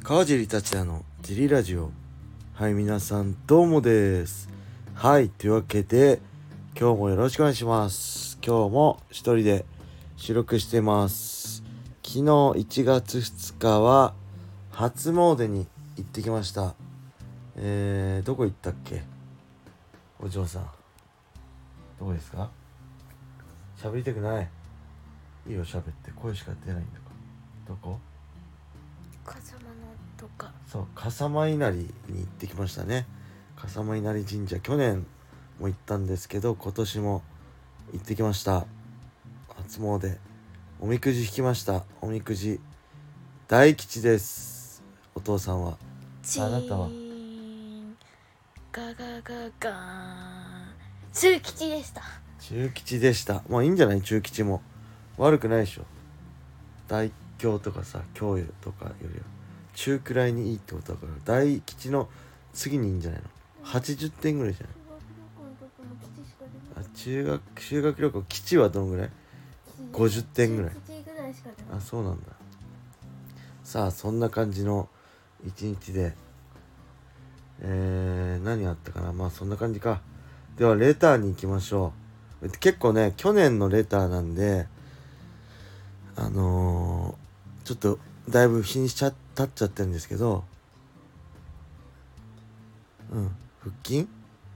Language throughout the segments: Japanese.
川尻達也のジリラジオ。はい、皆さんどうもです。はい、というわけで今日もよろしくお願いします。今日も一人で収録してます。昨日1月2日は初詣に行ってきました。どこ行ったっけ？お嬢さんどこですか？喋りたくない？いいよ、喋って。声しか出ないんだから。どこ？ 笠間のとか。 そう、笠間稲荷に行ってきましたね。笠間稲荷神社、去年も行ったんですけど今年も行ってきました。初詣おみくじ引きました。おみくじ大吉です。お父さんは？あなたは？ ガガガガーン、中吉でした。 中吉でした。まあいいんじゃない？中吉も悪くないでしょ。大凶とかさ、凶とかよりは中くらいにいいってことだから、大吉の次にいいんじゃないの？80点ぐらいじゃない？修学旅行吉はどのぐらい？50点ぐらい。あ、そうなんだ。さあ、そんな感じの一日で何あったかな。まあそんな感じか。ではレターに行きましょう。結構ね、去年のレターなんでちょっとだいぶ日に経っちゃってるんですけど、腹筋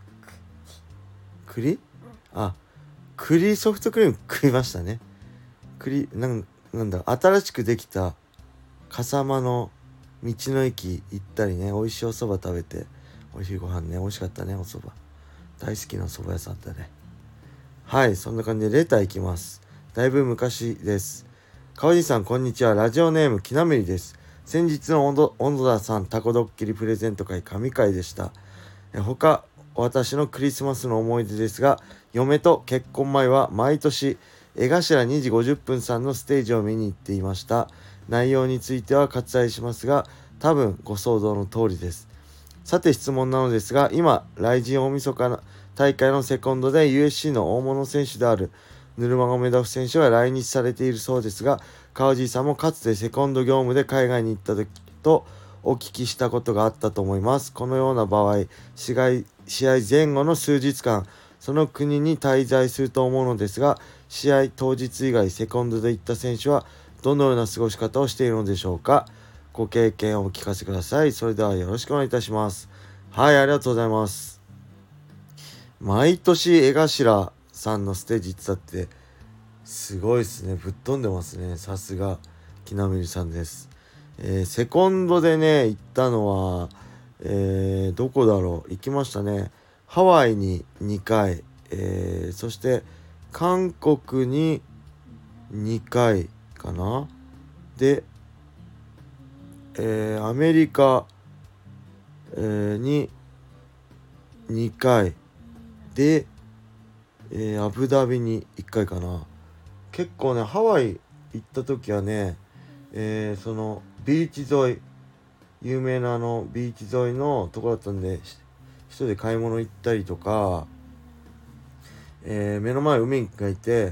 栗、栗ソフトクリーム食いましたね。なんだ新しくできた笠間の道の駅行ったりね、美味しいお蕎麦食べて、お昼ご飯ね、美味しかったね。お蕎麦大好きなお蕎麦屋さんだね。はい、そんな感じでレター行きます。だいぶ昔です。川地さんこんにちは。ラジオネームきなめりです。先日の温度田さんタコドッキリプレゼント会神回でした。他私のクリスマスの思い出ですが、嫁と結婚前は毎年江頭2時50分さんのステージを見に行っていました。内容については割愛しますが、多分ご想像の通りです。さて質問なのですが、今来日大晦日大会のセコンドで USC の大物選手であるヌルマゴメドフ選手が来日されているそうですが、川地さんもかつてセコンド業務で海外に行った時とお聞きしたことがあったと思います。このような場合、試合前後の数日間、その国に滞在すると思うのですが、試合当日以外セコンドで行った選手はどのような過ごし方をしているのでしょうか。ご経験をお聞かせください。それではよろしくお願いいたします。はい、ありがとうございます。毎年江頭さんのステージ行ってたってすごいですね。ぶっ飛んでますね。さすがきなめりさんです。セコンドでね行ったのは、どこだろう。行きましたね。ハワイに2回、そして韓国に2回かな。で、アメリカ、に2回で、アブダビに1回かな。結構ね、ハワイ行った時はね、そのビーチ沿い、有名なビーチ沿いのところだったんで、一人で買い物行ったりとか、目の前海がいて、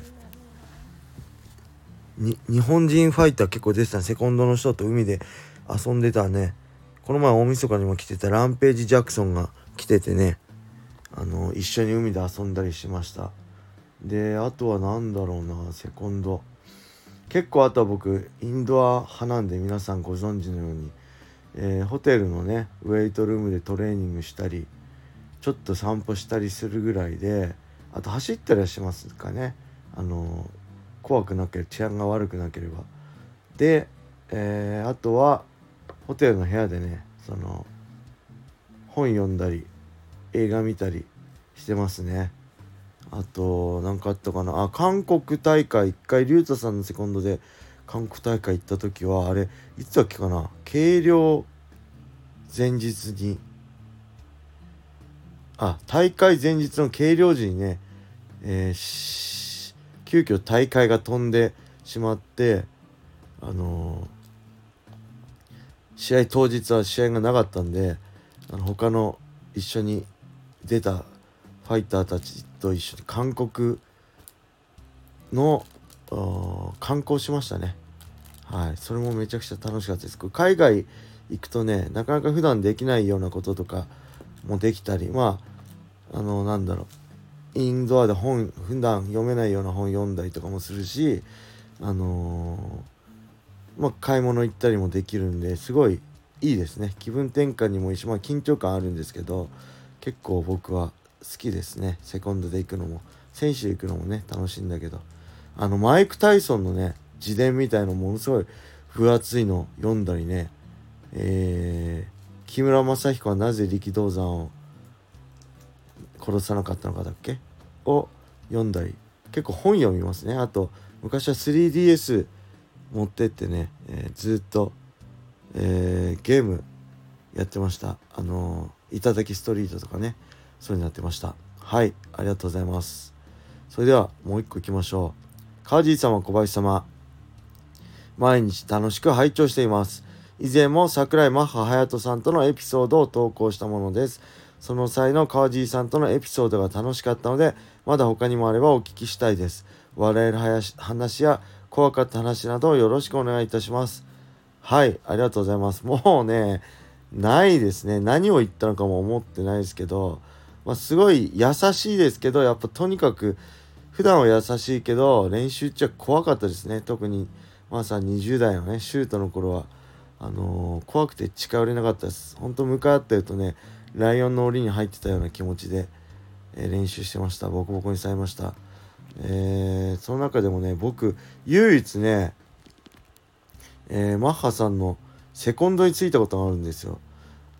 日本人ファイター結構出てた。セコンドの人と海で遊んでたね。この前大晦日にも来てたランページ・ジャクソンが来ててね、一緒に海で遊んだりしました。で、あとはなんだろうな、セコンド結構、あとは僕インドア派なんで、皆さんご存知のように、ホテルのねウェイトルームでトレーニングしたり、ちょっと散歩したりするぐらいで、あと走ったりはしますかね。怖くなければ、治安が悪くなければ。で、あとはホテルの部屋でね、本読んだり映画見たりしてますね。あと何かあったかな。韓国大会、一回リュウタさんのセコンドで韓国大会行った時は、あれいつだっけかな、計量前日に、大会前日の計量時にね、急遽大会が飛んでしまって、試合当日は試合がなかったんで、他の一緒に出たファイターたちと一緒に韓国の観光しましたね。はい、それもめちゃくちゃ楽しかったです。海外行くとね、なかなか普段できないようなこととかもできたり、なんだろう、インドアで普段読めないような本読んだりとかもするし、買い物行ったりもできるんで、すごいいいですね。気分転換にもいいし、緊張感あるんですけど、結構僕は好きですね。セコンドで行くのも、選手で行くのもね、楽しいんだけど、マイク・タイソンのね、自伝みたいのものすごい分厚いの読んだりね、木村正彦はなぜ力道山を殺さなかったのかだっけを読んだり、結構本読みますね。あと昔は 3DS 持ってってね、ずっと、ゲームやってました。頂きストリートとかね、そういうのやってました。はい、ありがとうございます。それではもう一個いきましょう。川尻様、小林様、毎日楽しく拝聴しています。以前も桜井マッハ隼人さんとのエピソードを投稿したものです。その際の川尻さんとのエピソードが楽しかったので、まだ他にもあればお聞きしたいです。笑える話や怖かった話などよろしくお願いいたします。はい、ありがとうございます。もうね、ないですね。何を言ったのかも思ってないですけど、すごい優しいですけど、やっぱとにかく普段は優しいけど練習中は怖かったですね。特に20代のね、シュートの頃は怖くて近寄れなかったです。本当向かってるとね、ライオンの檻に入ってたような気持ちで、練習してました。ボコボコにされました。その中でもね、僕唯一ね、マッハさんのセコンドについたことがあるんですよ。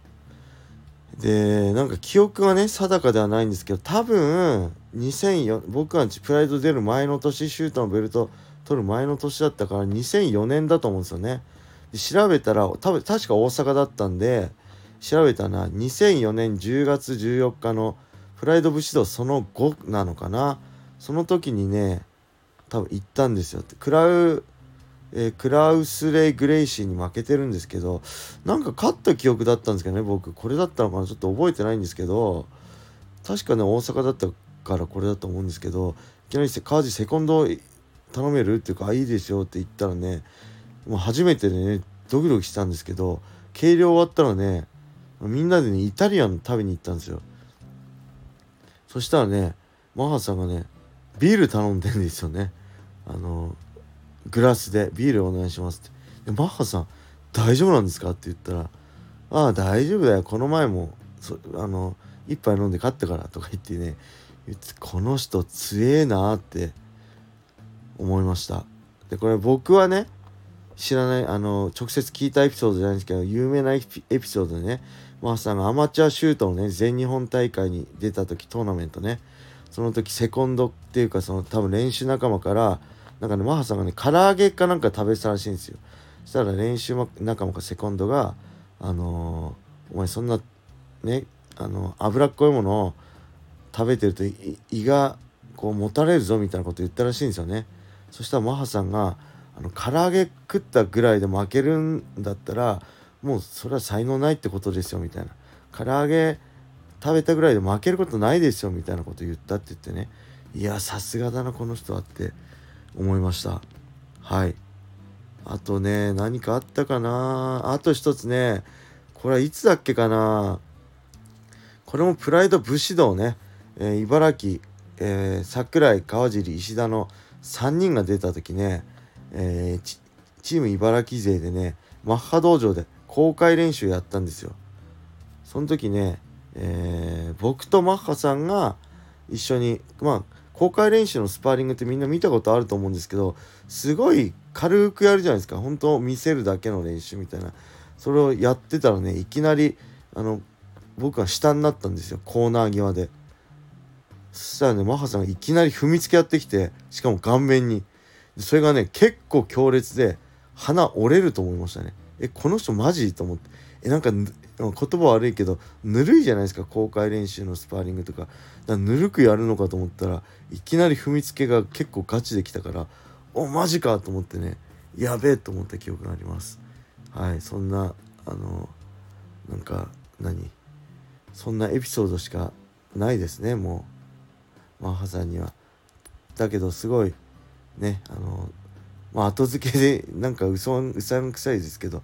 で、なんか記憶がね定かではないんですけど、多分2004、僕がプライド出る前の年、シュートのベルト取る前の年だったから2004年だと思うんですよね。で調べたら確か大阪だったんで、調べたな、2004年10月14日のプライド武士道その5なのかな。その時にね、多分行ったんですよ。クラウスレイ・グレイシーに負けてるんですけど、なんか勝った記憶だったんですけどね、僕これだったのかな、ちょっと覚えてないんですけど、確かね大阪だったからこれだと思うんですけど、いきなり川地セコンド頼めるっていうか、いいですよって言ったらね、もう初めてでねドキドキしたんですけど、計量終わったらね、みんなでねイタリアン食べに行ったんですよ。そしたらね、マハさんがねビール頼んでんですよね。グラスでビールお願いしますって。でマッハさん大丈夫なんですかって言ったら、ああ大丈夫だよ、この前も一杯飲んで勝ったからとか言ってね、この人強えなって思いました。でこれ僕はね知らない、直接聞いたエピソードじゃないんですけど、有名なエピソードでね、マーさんがアマチュアシュートのね全日本大会に出た時、トーナメントね、その時セコンドっていうか、多分練習仲間からなんかね、マハさんがね唐揚げかなんか食べてたらしいんですよ。そしたら練習仲間かセコンドがお前そんなね、脂っこいものを食べてると胃がこうもたれるぞみたいなこと言ったらしいんですよね。そしたらマハさんが唐揚げ食ったぐらいで負けるんだったらもうそれは才能ないってことですよみたいな、唐揚げ食べたぐらいで負けることないですよみたいなこと言ったって言ってね、いやさすがだなこの人はって思いました。はい。あとね、何かあったかな。あと一つね、これはいつだっけかな。これもプライド武士道ね、茨城、桜井、川尻、石田の3人が出た時ね、チーム茨城勢でね、マッハ道場で公開練習やったんですよ。その時ね、僕とマッハさんが一緒に、公開練習のスパーリングってみんな見たことあると思うんですけど、すごい軽くやるじゃないですか。本当見せるだけの練習みたいな。それをやってたらね、いきなり僕が下になったんですよ、コーナー際で。そしたらね、マハさんがいきなり踏みつけやってきて、しかも顔面に。それがね結構強烈で、鼻折れると思いましたね。この人マジと思って、なんか言葉悪いけどぬるいじゃないですか、公開練習のスパーリングとか。だからぬるくやるのかと思ったら、いきなり踏みつけが結構ガチできたから、マジかと思ってね、やべえと思った記憶があります。はい。そんななんかそんなエピソードしかないですね、もうマッハさんには。だけどすごいね、後付けでなんかうさんくさいですけど、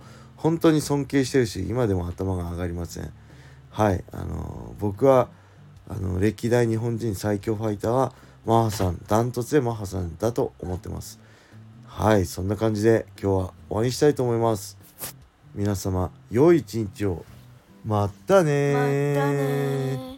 本当に尊敬してるし、今でも頭が上がりません。はい、僕は歴代日本人最強ファイターはマッハさん、ダントツでマッハさんだと思ってます。はい、そんな感じで今日は終わりにしたいと思います。皆様良い一日を。またねー。 またねー。